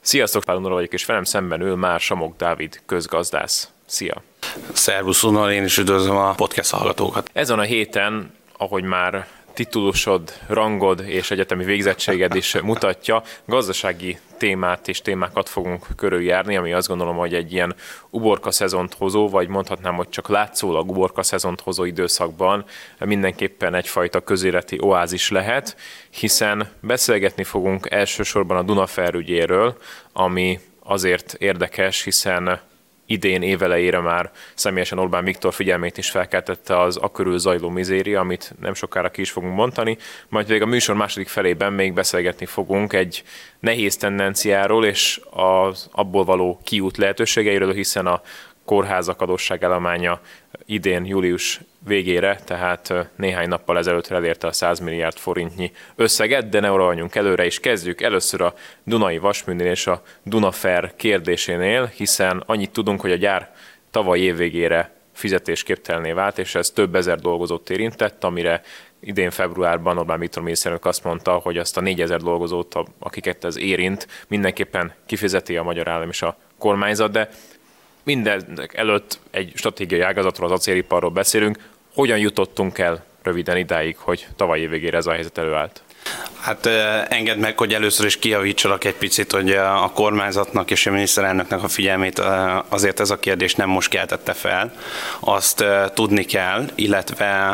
Sziasztok, Pál Unor vagyok, és velem szemben ül már Samok Dávid közgazdász. Szia! Szervusz Unor, én is üdvözlöm a podcast hallgatókat. Ezen a héten, ahogy már titulusod, rangod és egyetemi végzettséged is mutatja, gazdasági témát és témákat fogunk körüljárni, ami azt gondolom, hogy egy ilyen uborka szezont hozó, vagy mondhatnám, hogy csak látszólag uborka szezont hozó időszakban mindenképpen egyfajta közéleti oázis lehet, hiszen beszélgetni fogunk elsősorban a Dunafer ügyéről, ami azért érdekes, hiszen idén évelejére már személyesen Orbán Viktor figyelmét is felkeltette az akörül zajló mizéria, amit nem sokára ki is fogunk bontani, majd pedig a műsor második felében még beszélgetni fogunk egy nehéz tendenciáról és az abból való kiút lehetőségeiről, hiszen a kórházak adósságállománya idén július végére, tehát néhány nappal ezelőtt elérte a 100 milliárd forintnyi összeget, de ne rohanjunk előre, és kezdjük először a Dunai Vasműnél és a Dunafer kérdésénél, hiszen annyit tudunk, hogy a gyár tavaly év végére fizetésképtelenné vált, és ez több ezer dolgozót érintett, amire idén februárban Orbán Viktor miniszterelnök azt mondta, hogy azt a 4000 dolgozót, akiket ez érint, mindenképpen kifizeti a magyar állam és a kormányzat, de mindenek előtt egy stratégiai ágazatról, az acéliparról beszélünk. Hogyan jutottunk el röviden idáig, hogy tavaly év végére ez a helyzet előállt? Hát engedd meg, hogy először is kijavítsalak egy picit, hogy a kormányzatnak és a miniszterelnöknek a figyelmét azért ez a kérdés nem most keltette fel. Azt tudni kell, illetve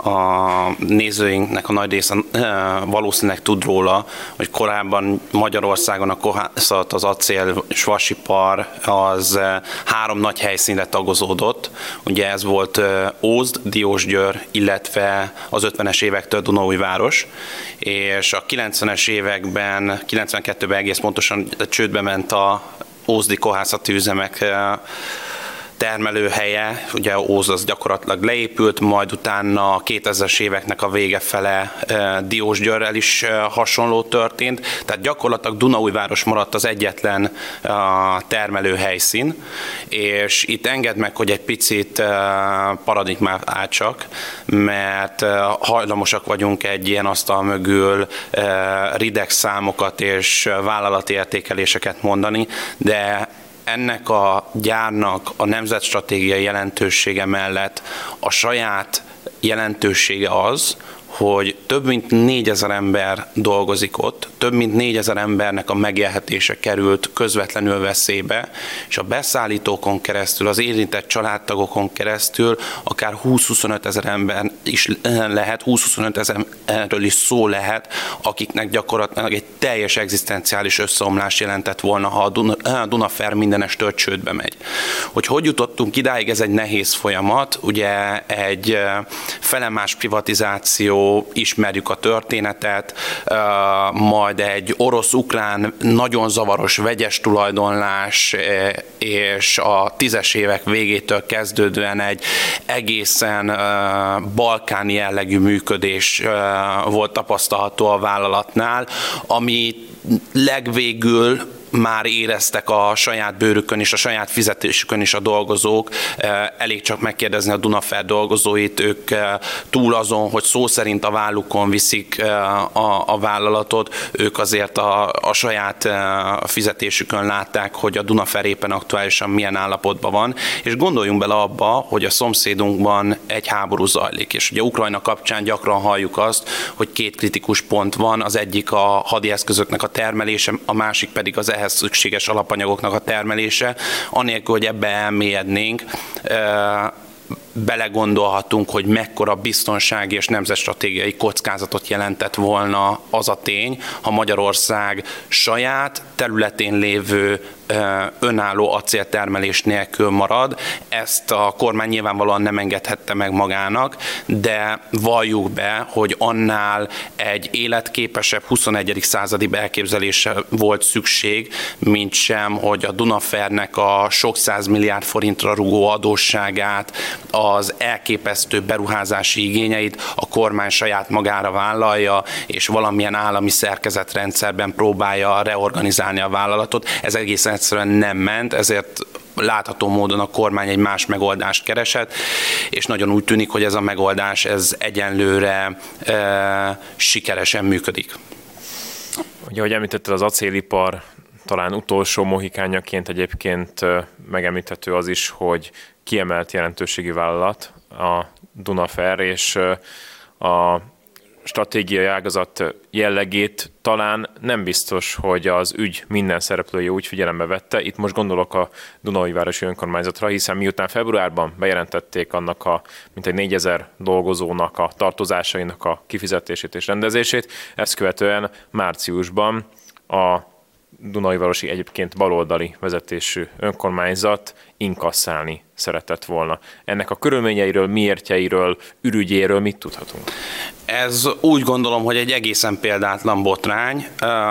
a nézőinknek a nagy része valószínűleg tud róla, hogy korábban Magyarországon a kohászat, az acél és vasipar az 3 nagy helyszínre tagozódott. Ugye ez volt Ózd, Diósgyőr, illetve az 50-es évektől Dunaújváros, és a 90-es években, 92-ben egész pontosan csődbe ment a ózdi kohászati üzemek termelőhelye, ugye Ózd az gyakorlatilag leépült, majd utána a 2000-es éveknek a vége fele Diósgyőrrel is hasonló történt, tehát gyakorlatilag Dunaújváros maradt az egyetlen termelőhelyszín, és itt engedd meg, hogy egy picit paradigmát átsak, mert hajlamosak vagyunk egy ilyen asztal mögül rideg számokat és vállalati értékeléseket mondani, de ennek a gyárnak a nemzetstratégiai jelentősége mellett a saját jelentősége az, hogy több mint 4000 ember dolgozik ott, több mint 4000 embernek a megélhetése került közvetlenül veszélybe, és a beszállítókon keresztül, az érintett családtagokon keresztül akár 20-25 ezer ember is lehet, 20-25 ezerről is szó lehet, akiknek gyakorlatilag egy teljes egzisztenciális összeomlás jelentett volna, ha a Dunafer mindenestől csődbe megy. Hogy jutottunk idáig, ez egy nehéz folyamat, ugye egy felemás privatizáció, ismerjük a történetet, majd egy orosz-ukrán nagyon zavaros vegyes tulajdonlás, és a 10-es évek végétől kezdődően egy egészen balkáni jellegű működés volt tapasztalható a vállalatnál, ami legvégül már éreztek a saját bőrükön és a saját fizetésükön is a dolgozók. Elég csak megkérdezni a Dunafer dolgozóit, ők túl azon, hogy szó szerint a vállukon viszik a vállalatot, ők azért a saját fizetésükön látták, hogy a Dunafer éppen aktuálisan milyen állapotban van, és gondoljunk bele abba, hogy a szomszédunkban egy háború zajlik, és ugye Ukrajna kapcsán gyakran halljuk azt, hogy 2 kritikus pont van, az egyik a hadi eszközöknek a termelése, a másik pedig az ehhez szükséges alapanyagoknak a termelése, anélkül, hogy ebbe elmélyednénk, belegondolhatunk, hogy mekkora biztonsági és nemzetstratégiai kockázatot jelentett volna az a tény, ha Magyarország saját területén lévő önálló acéltermelés nélkül marad. Ezt a kormány nyilvánvalóan nem engedhette meg magának, de valljuk be, hogy annál egy életképesebb 21. századi elképzelése volt szükség, mint sem, hogy a Dunafernek a sok 100 milliárd forintra rugó adósságát, az elképesztő beruházási igényeit a kormány saját magára vállalja, és valamilyen állami szerkezetrendszerben próbálja reorganizálni a vállalatot. Ez egészen egyszerűen nem ment, ezért látható módon a kormány egy más megoldást keresett, és nagyon úgy tűnik, hogy ez a megoldás ez egyenlőre sikeresen működik. Ugye, ahogy említetted, az acélipar talán utolsó mohikánjaként egyébként megemlíthető az is, hogy kiemelt jelentőségi vállalat a Dunafer, és a stratégiai ágazat jellegét talán nem biztos, hogy az ügy minden szereplője úgy figyelembe vette. Itt most gondolok a Dunaújvárosi Önkormányzatra, hiszen miután februárban bejelentették annak a mintegy 4000 dolgozónak a tartozásainak a kifizetését és rendezését, ezt követően márciusban a Dunaújvárosi egyébként baloldali vezetésű önkormányzat inkasszálni szeretett volna. Ennek a körülményeiről, miértjeiről, ürügyéről mit tudhatunk? Ez úgy gondolom, hogy egy egészen példátlan botrány.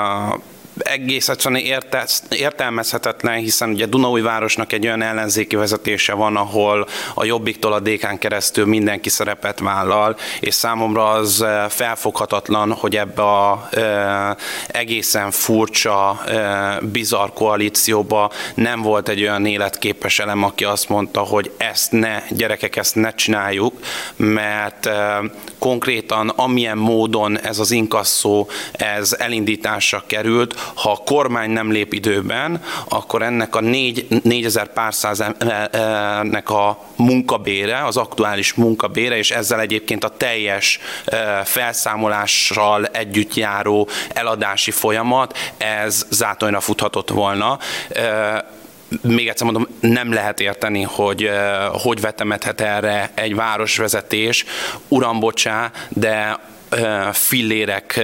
Egész egyszerűen értelmezhetetlen, hiszen ugye Dunaújvárosnak egy olyan ellenzéki vezetése van, ahol a Jobbiktól a DK-n keresztül mindenki szerepet vállal, és számomra az felfoghatatlan, hogy ebbe a egészen furcsa, bizarr koalícióba nem volt egy olyan életképes elem, aki azt mondta, hogy ezt ne, gyerekek, ezt ne csináljuk, mert konkrétan amilyen módon ez az inkasszó, ez elindításra került, ha a kormány nem lép időben, akkor ennek a 4000 pár száznek a munkabére, az aktuális munkabére, és ezzel egyébként a teljes felszámolással együtt járó eladási folyamat, ez zátonyra futhatott volna. Még egyszer mondom, nem lehet érteni, hogy vetemethet erre egy városvezetés, uram, bocsá, de fillérek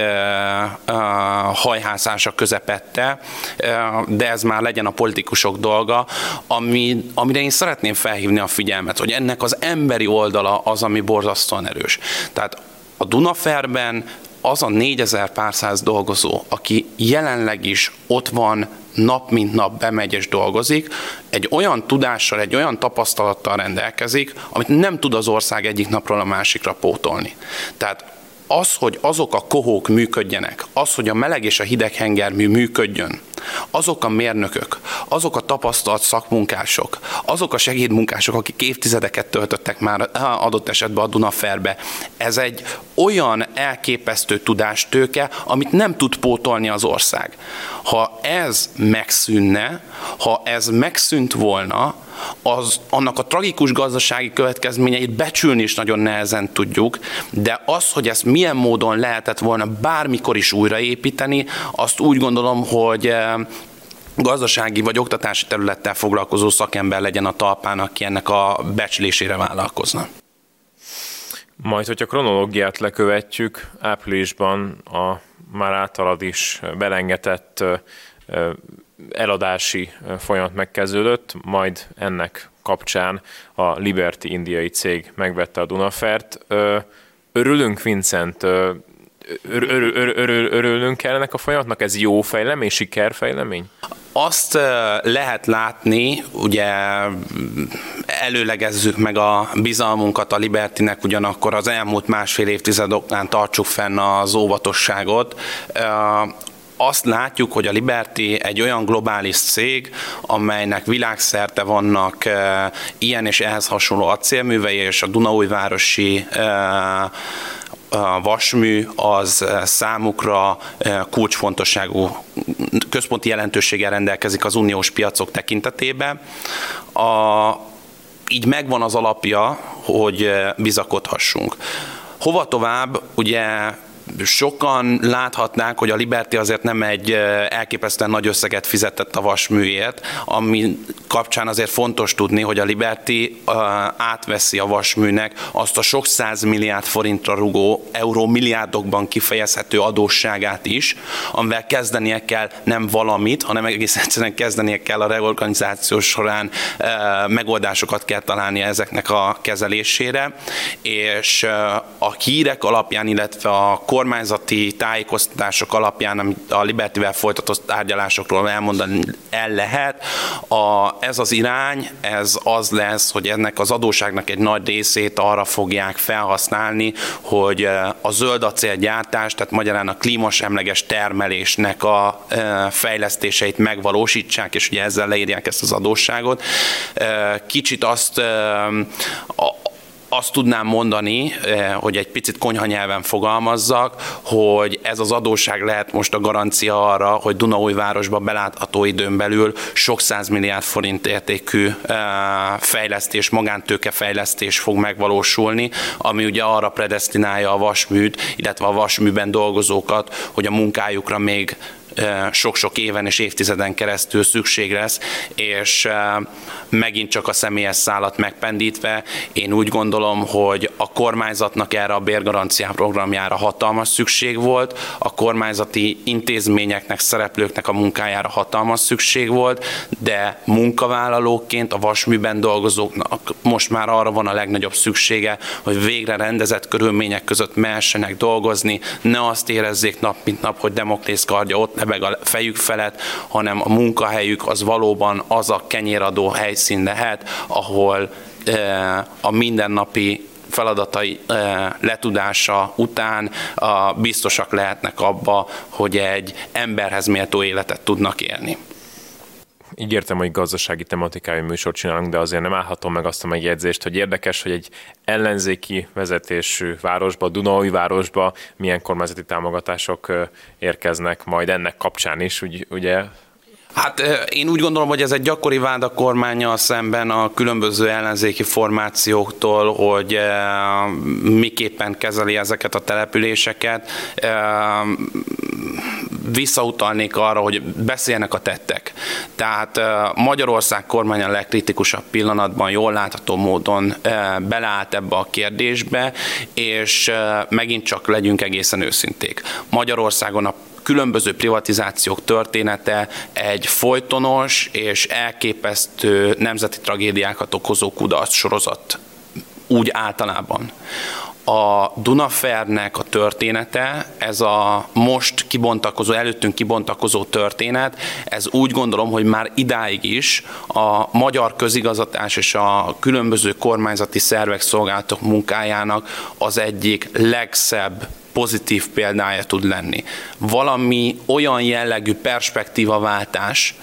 hajhászása közepette, de ez már legyen a politikusok dolga, amire én szeretném felhívni a figyelmet, hogy ennek az emberi oldala az, ami borzasztóan erős. Tehát a Dunaferben az a 4000 pár száz dolgozó, aki jelenleg is ott van, nap mint nap bemegy és dolgozik, egy olyan tudással, egy olyan tapasztalattal rendelkezik, amit nem tud az ország egyik napról a másikra pótolni. Tehát az, hogy azok a kohók működjenek, az, hogy a meleg és a hideg hengermű működjön, azok a mérnökök, azok a tapasztalt szakmunkások, azok a segédmunkások, akik évtizedeket töltöttek már adott esetben a Dunaferbe, ez egy olyan elképesztő tudástőke, amit nem tud pótolni az ország. Ha ez megszűnne, ha ez megszűnt volna, annak a tragikus gazdasági következményeit becsülni is nagyon nehezen tudjuk, de az, hogy ezt milyen módon lehetett volna bármikor is újraépíteni, azt úgy gondolom, hogy gazdasági vagy oktatási területtel foglalkozó szakember legyen a talpán, aki ennek a becslésére vállalkozna. Majd, hogyha kronológiát lekövetjük, áprilisban a már általad is belengetett eladási folyamat megkezdődött, majd ennek kapcsán a Liberty indiai cég megvette a Dunafert. Örülünk, Vincent? Örülünk kell ennek a folyamatnak? Ez jó fejlemény, sikerfejlemény? Azt lehet látni, ugye előlegezzük meg a bizalmunkat a Libertynek, ugyanakkor az elmúlt másfél évtized okán tartsuk fenn az óvatosságot. Azt látjuk, hogy a Liberty egy olyan globális cég, amelynek világszerte vannak ilyen és ehhez hasonló acélművei, és a Dunaújvárosi vasmű az számukra kulcsfontosságú, központi jelentőséggel rendelkezik az uniós piacok tekintetében. Így megvan az alapja, hogy bizakodhassunk. Hova tovább, ugye sokan láthatnák, hogy a Liberty azért nem egy elképesztően nagy összeget fizetett a vasműért, ami kapcsán azért fontos tudni, hogy a Liberty átveszi a vasműnek azt a sok 100 milliárd forintra rugó, euró milliárdokban kifejezhető adósságát is, amivel kezdenie kell nem valamit, hanem egész egyszerűen kezdenie kell a reorganizáció során megoldásokat kell találnia ezeknek a kezelésére, és a hírek alapján, illetve a kormányzati tájékoztatások alapján, amit a Libertyvel folytatott tárgyalásokról elmondani el lehet, ez az irány, ez az lesz, hogy ennek az adósságnak egy nagy részét arra fogják felhasználni, hogy a zöld acélgyártás, tehát magyarán a klímasemleges termelésnek a fejlesztéseit megvalósítsák, és ugye ezzel leírják ezt az adósságot. Kicsit azt tudnám mondani, hogy egy picit konyha nyelven fogalmazzak, hogy ez az adósság lehet most a garancia arra, hogy Dunaújvárosban belátható időn belül sok 100 milliárd forint értékű fejlesztés, magántőkefejlesztés fog megvalósulni, ami ugye arra predesztinálja a vasműt, illetve a vasműben dolgozókat, hogy a munkájukra még sok-sok éven és évtizeden keresztül szükség lesz, és megint csak a személyes szálat megpendítve, én úgy gondolom, hogy a kormányzatnak erre a bérgarancia programjára hatalmas szükség volt, a kormányzati intézményeknek, szereplőknek a munkájára hatalmas szükség volt, de munkavállalóként a vasműben dolgozóknak most már arra van a legnagyobb szüksége, hogy végre rendezett körülmények között mehessenek dolgozni, ne azt érezzék nap mint nap, hogy Demoklész kardja ott lebeg a fejük felett, hanem a munkahelyük az valóban az a kenyéradó helyszín lehet, ahol a mindennapi feladatai letudása után biztosak lehetnek abba, hogy egy emberhez méltó életet tudnak élni. Ígértem, hogy gazdasági tematikájú műsort csinálunk, de azért nem állhatom meg azt a megjegyzést, hogy érdekes, hogy egy ellenzéki vezetésű városba, Dunaújvárosba milyen kormányzati támogatások érkeznek majd ennek kapcsán is, ugye? Hát én úgy gondolom, hogy ez egy gyakori vád a kormánnyal szemben a különböző ellenzéki formációktól, hogy miképpen kezeli ezeket a településeket. Visszautalnék arra, hogy beszélnek a tettek. Tehát Magyarország kormány a legkritikusabb pillanatban jól látható módon beleállt ebbe a kérdésbe, és megint csak legyünk egészen őszinték. Magyarországon a különböző privatizációk története egy folytonos és elképesztő nemzeti tragédiákat okozó kudarc sorozat úgy általában. A Dunafernek a története, ez a most kibontakozó, előttünk kibontakozó történet, ez úgy gondolom, hogy már idáig is a magyar közigazgatás és a különböző kormányzati szervek, szolgálatok munkájának az egyik legszebb pozitív példája tud lenni. Valami olyan jellegű perspektívaváltás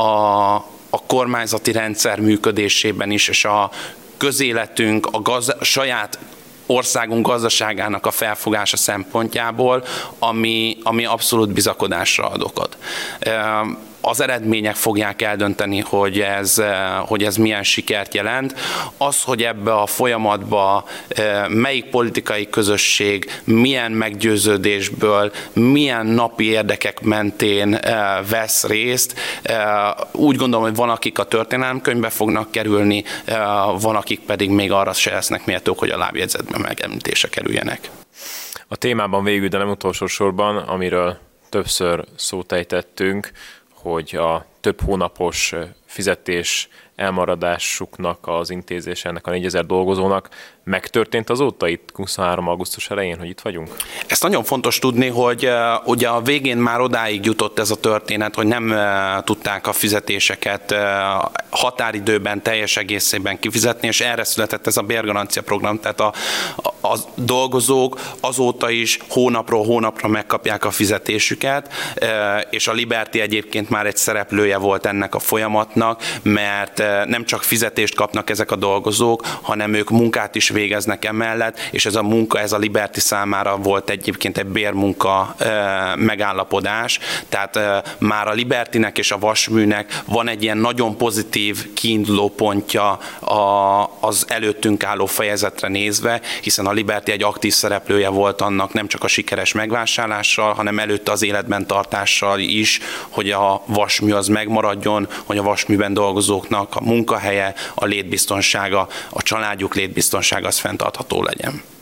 a kormányzati rendszer működésében is, és a közéletünk, a saját országunk gazdaságának a felfogása szempontjából, ami abszolút bizakodásra ad okot. Az eredmények fogják eldönteni, hogy ez milyen sikert jelent. Az, hogy ebbe a folyamatba melyik politikai közösség milyen meggyőződésből, milyen napi érdekek mentén vesz részt, úgy gondolom, hogy van, akik a történelemkönyvbe fognak kerülni, van, akik pedig még arra se lesznek méltók, hogy a lábjegyzetben megemlítése kerüljenek. A témában végül, de nem utolsó sorban, amiről többször szót ejtettünk, hogy a több hónapos fizetés elmaradásuknak az intézése ennek a 4000 dolgozónak megtörtént azóta itt 23. augusztus elején, hogy itt vagyunk? Ezt nagyon fontos tudni, hogy ugye a végén már odáig jutott ez a történet, hogy nem tudták a fizetéseket határidőben, teljes egészében kifizetni, és erre született ez a bérgarancia program. Tehát a dolgozók azóta is hónapról hónapra megkapják a fizetésüket, és a Liberty egyébként már egy szereplője volt ennek a folyamatnak, mert nem csak fizetést kapnak ezek a dolgozók, hanem ők munkát is végeznek emellett, és ez a munka, ez a Liberty számára volt egyébként egy bérmunka megállapodás, tehát már a Libertynek és a vasműnek van egy ilyen nagyon pozitív kiinduló pontja az előttünk álló fejezetre nézve, hiszen a Liberty egy aktív szereplője volt annak nem csak a sikeres megvásárlással, hanem előtte az életben tartással is, hogy a vasmű az megmaradjon, hogy a vasműben dolgozóknak a munkahelye, a létbiztonsága, a családjuk létbiztonsága az fenntartható legyen.